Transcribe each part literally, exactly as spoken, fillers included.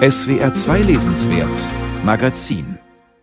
S W R zwei Lesenswert Magazin.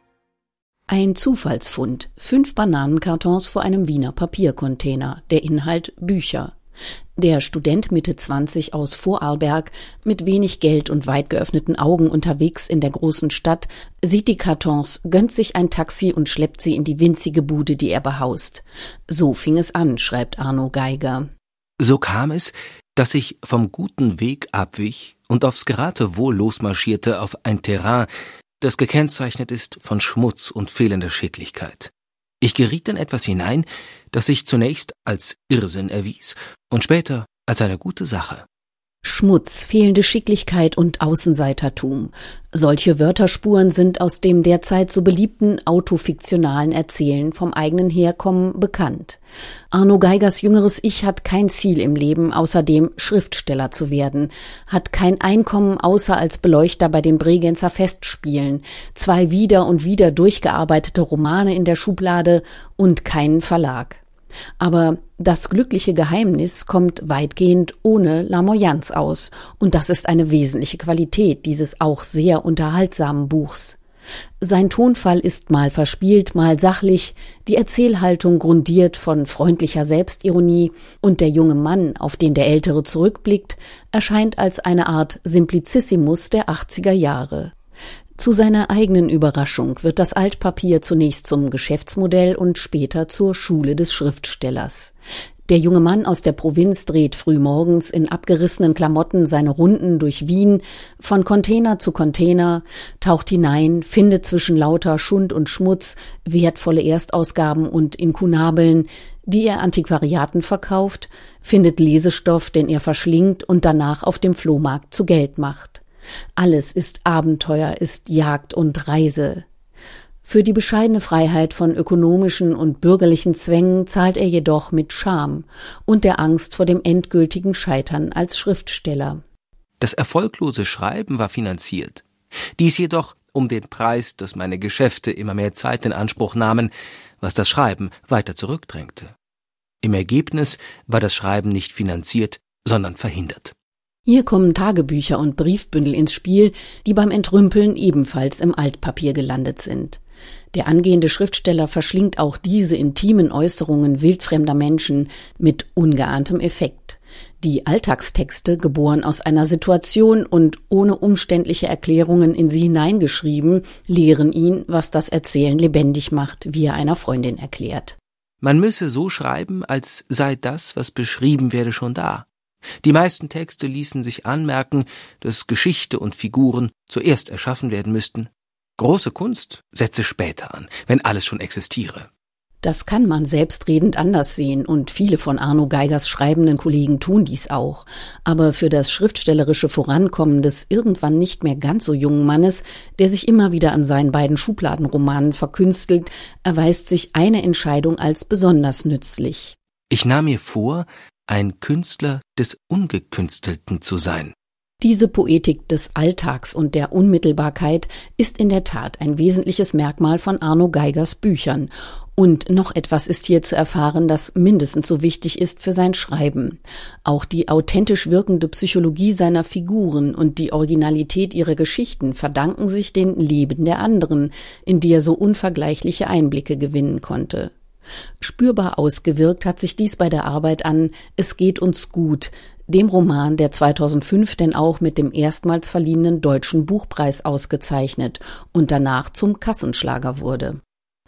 Ein Zufallsfund. Fünf Bananenkartons vor einem Wiener Papiercontainer. Der Inhalt Bücher. Der Student Mitte zwanzig aus Vorarlberg, mit wenig Geld und weit geöffneten Augen unterwegs in der großen Stadt, sieht die Kartons, gönnt sich ein Taxi und schleppt sie in die winzige Bude, die er behaust. So fing es an, schreibt Arno Geiger. So kam es, dass ich vom guten Weg abwich und aufs Geratewohl losmarschierte auf ein Terrain, das gekennzeichnet ist von Schmutz und fehlender Schicklichkeit. Ich geriet in etwas hinein, das sich zunächst als Irrsinn erwies und später als eine gute Sache. Schmutz, fehlende Schicklichkeit und Außenseitertum. Solche Wörterspuren sind aus dem derzeit so beliebten autofiktionalen Erzählen vom eigenen Herkommen bekannt. Arno Geigers jüngeres Ich hat kein Ziel im Leben, außer dem Schriftsteller zu werden, hat kein Einkommen außer als Beleuchter bei den Bregenzer Festspielen, zwei wieder und wieder durchgearbeitete Romane in der Schublade und keinen Verlag. Aber das glückliche Geheimnis kommt weitgehend ohne Larmoyanz aus, und das ist eine wesentliche Qualität dieses auch sehr unterhaltsamen Buchs. Sein Tonfall ist mal verspielt, mal sachlich, die Erzählhaltung grundiert von freundlicher Selbstironie, und der junge Mann, auf den der Ältere zurückblickt, erscheint als eine Art Simplicissimus der achtziger Jahre. Zu seiner eigenen Überraschung wird das Altpapier zunächst zum Geschäftsmodell und später zur Schule des Schriftstellers. Der junge Mann aus der Provinz dreht frühmorgens in abgerissenen Klamotten seine Runden durch Wien, von Container zu Container, taucht hinein, findet zwischen lauter Schund und Schmutz wertvolle Erstausgaben und Inkunabeln, die er Antiquariaten verkauft, findet Lesestoff, den er verschlingt und danach auf dem Flohmarkt zu Geld macht. Alles ist Abenteuer, ist Jagd und Reise. Für die bescheidene Freiheit von ökonomischen und bürgerlichen Zwängen zahlt er jedoch mit Scham und der Angst vor dem endgültigen Scheitern als Schriftsteller. Das erfolglose Schreiben war finanziert. Dies jedoch um den Preis, dass meine Geschäfte immer mehr Zeit in Anspruch nahmen, was das Schreiben weiter zurückdrängte. Im Ergebnis war das Schreiben nicht finanziert, sondern verhindert. Hier kommen Tagebücher und Briefbündel ins Spiel, die beim Entrümpeln ebenfalls im Altpapier gelandet sind. Der angehende Schriftsteller verschlingt auch diese intimen Äußerungen wildfremder Menschen mit ungeahntem Effekt. Die Alltagstexte, geboren aus einer Situation und ohne umständliche Erklärungen in sie hineingeschrieben, lehren ihn, was das Erzählen lebendig macht, wie er einer Freundin erklärt. Man müsse so schreiben, als sei das, was beschrieben werde, schon da. Die meisten Texte ließen sich anmerken, dass Geschichte und Figuren zuerst erschaffen werden müssten. Große Kunst setze später an, wenn alles schon existiere. Das kann man selbstredend anders sehen, und viele von Arno Geigers schreibenden Kollegen tun dies auch. Aber für das schriftstellerische Vorankommen des irgendwann nicht mehr ganz so jungen Mannes, der sich immer wieder an seinen beiden Schubladenromanen verkünstelt, erweist sich eine Entscheidung als besonders nützlich. Ich nahm mir vor, ein Künstler des Ungekünstelten zu sein. Diese Poetik des Alltags und der Unmittelbarkeit ist in der Tat ein wesentliches Merkmal von Arno Geigers Büchern. Und noch etwas ist hier zu erfahren, das mindestens so wichtig ist für sein Schreiben. Auch die authentisch wirkende Psychologie seiner Figuren und die Originalität ihrer Geschichten verdanken sich den Leben der anderen, in die er so unvergleichliche Einblicke gewinnen konnte. Spürbar ausgewirkt hat sich dies bei der Arbeit an »Es geht uns gut«, dem Roman, der zweitausendfünf denn auch mit dem erstmals verliehenen Deutschen Buchpreis ausgezeichnet und danach zum Kassenschlager wurde.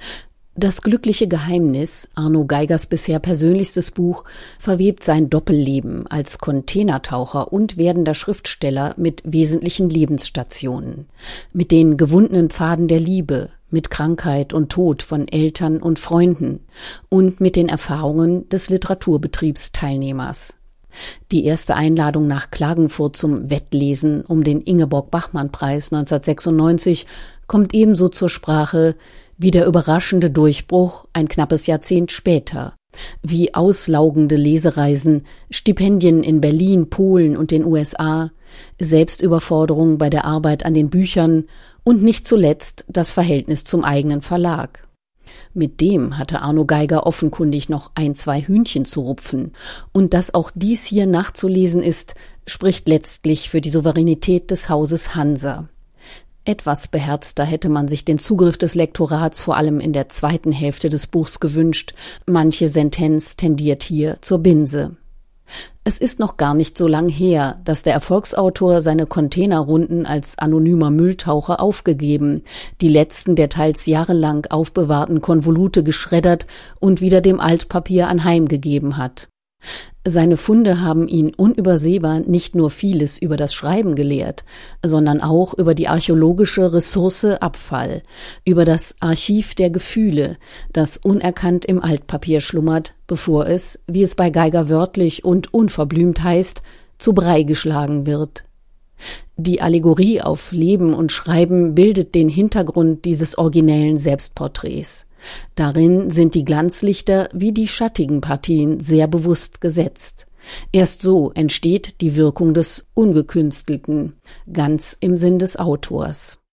Das glückliche Geheimnis, Arno Geigers bisher persönlichstes Buch, verwebt sein Doppelleben als Containertaucher und werdender Schriftsteller mit wesentlichen Lebensstationen, mit den gewundenen Pfaden der Liebe, mit Krankheit und Tod von Eltern und Freunden und mit den Erfahrungen des Literaturbetriebsteilnehmers. Die erste Einladung nach Klagenfurt zum Wettlesen um den Ingeborg-Bachmann-Preis neunzehnhundertsechsundneunzig kommt ebenso zur Sprache wie der überraschende Durchbruch ein knappes Jahrzehnt später, wie auslaugende Lesereisen, Stipendien in Berlin, Polen und den U S A, Selbstüberforderung bei der Arbeit an den Büchern und nicht zuletzt das Verhältnis zum eigenen Verlag. Mit dem hatte Arno Geiger offenkundig noch ein, zwei Hühnchen zu rupfen. Und dass auch dies hier nachzulesen ist, spricht letztlich für die Souveränität des Hauses Hansa. Etwas beherzter hätte man sich den Zugriff des Lektorats vor allem in der zweiten Hälfte des Buchs gewünscht. Manche Sentenz tendiert hier zur Binse. Es ist noch gar nicht so lang her, dass der Erfolgsautor seine Containerrunden als anonymer Mülltaucher aufgegeben, die letzten der teils jahrelang aufbewahrten Konvolute geschreddert und wieder dem Altpapier anheimgegeben hat. Seine Funde haben ihn unübersehbar nicht nur vieles über das Schreiben gelehrt, sondern auch über die archäologische Ressource Abfall, über das Archiv der Gefühle, das unerkannt im Altpapier schlummert, bevor es, wie es bei Geiger wörtlich und unverblümt heißt, zu Brei geschlagen wird. Die Allegorie auf Leben und Schreiben bildet den Hintergrund dieses originellen Selbstporträts. Darin sind die Glanzlichter wie die schattigen Partien sehr bewusst gesetzt. Erst so entsteht die Wirkung des Ungekünstelten, ganz im Sinn des Autors.